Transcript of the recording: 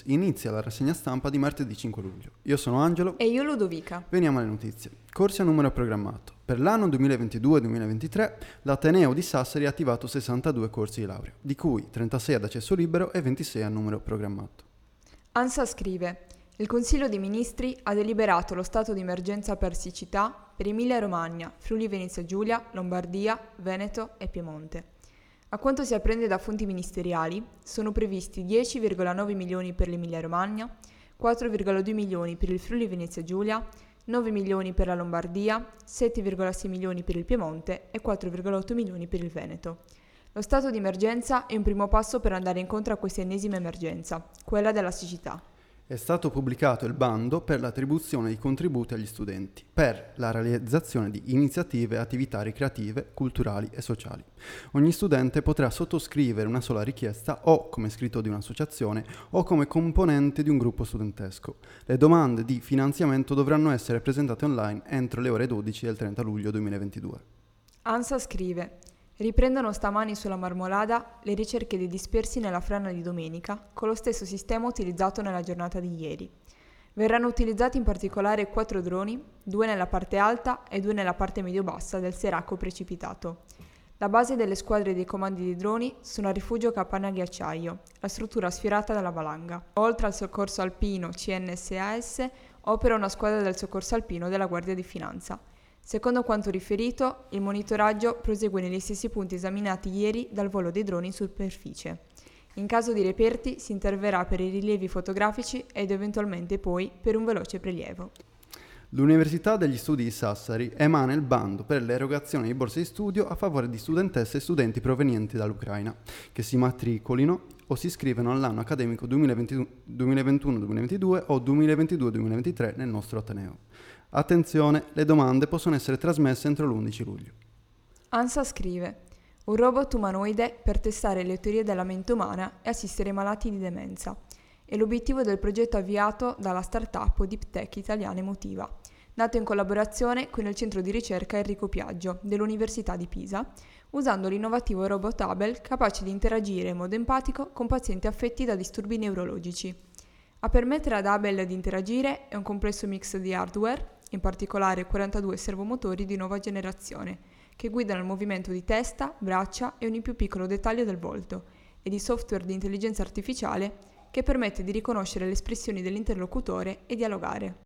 News. Inizia la rassegna stampa di martedì 5 luglio. Io sono Angelo. E io Ludovica. Veniamo alle notizie. Corsi a numero programmato. Per l'anno 2022-2023 l'Ateneo di Sassari ha attivato 62 corsi di laurea, di cui 36 ad accesso libero e 26 a numero programmato. ANSA scrive: il Consiglio dei Ministri ha deliberato lo stato di emergenza per siccità per Emilia-Romagna, Friuli-Venezia Giulia, Lombardia, Veneto e Piemonte. A quanto si apprende da fonti ministeriali, sono previsti 10,9 milioni per l'Emilia-Romagna, 4,2 milioni per il Friuli-Venezia Giulia, 9 milioni per la Lombardia, 7,6 milioni per il Piemonte e 4,8 milioni per il Veneto. Lo stato di emergenza è un primo passo per andare incontro a questa ennesima emergenza, quella della siccità. È stato pubblicato il bando per l'attribuzione di contributi agli studenti per la realizzazione di iniziative e attività ricreative, culturali e sociali. Ogni studente potrà sottoscrivere una sola richiesta o come iscritto di un'associazione o come componente di un gruppo studentesco. Le domande di finanziamento dovranno essere presentate online entro le ore 12 del 30 luglio 2022. ANSA scrive: riprendono stamani sulla Marmolada le ricerche dei dispersi nella frana di domenica con lo stesso sistema utilizzato nella giornata di ieri. Verranno utilizzati in particolare 4 droni, 2 nella parte alta e 2 nella parte medio-bassa del seracco precipitato. La base delle squadre dei comandi dei droni sono a rifugio Capanna Ghiacciaio, la struttura sfiorata dalla valanga. Oltre al soccorso alpino CNSAS, opera una squadra del soccorso alpino della Guardia di Finanza. Secondo quanto riferito, il monitoraggio prosegue negli stessi punti esaminati ieri dal volo dei droni in superficie. In caso di reperti si interverrà per i rilievi fotografici ed eventualmente poi per un veloce prelievo. L'Università degli Studi di Sassari emana il bando per l'erogazione di borse di studio a favore di studentesse e studenti provenienti dall'Ucraina che si matricolino o si iscrivono all'anno accademico 2021-2022 o 2022-2023 nel nostro Ateneo. Attenzione, le domande possono essere trasmesse entro l'11 luglio. ANSA scrive: un robot umanoide per testare le teorie della mente umana e assistere i malati di demenza. È l'obiettivo del progetto avviato dalla startup Deep Tech italiana Emotiva, nato in collaborazione con il centro di ricerca Enrico Piaggio dell'Università di Pisa, usando l'innovativo robot Abel capace di interagire in modo empatico con pazienti affetti da disturbi neurologici. A permettere ad Abel di interagire è un complesso mix di hardware, in particolare 42 servomotori di nuova generazione, che guidano il movimento di testa, braccia e ogni più piccolo dettaglio del volto, e di software di intelligenza artificiale che permette di riconoscere le espressioni dell'interlocutore e dialogare.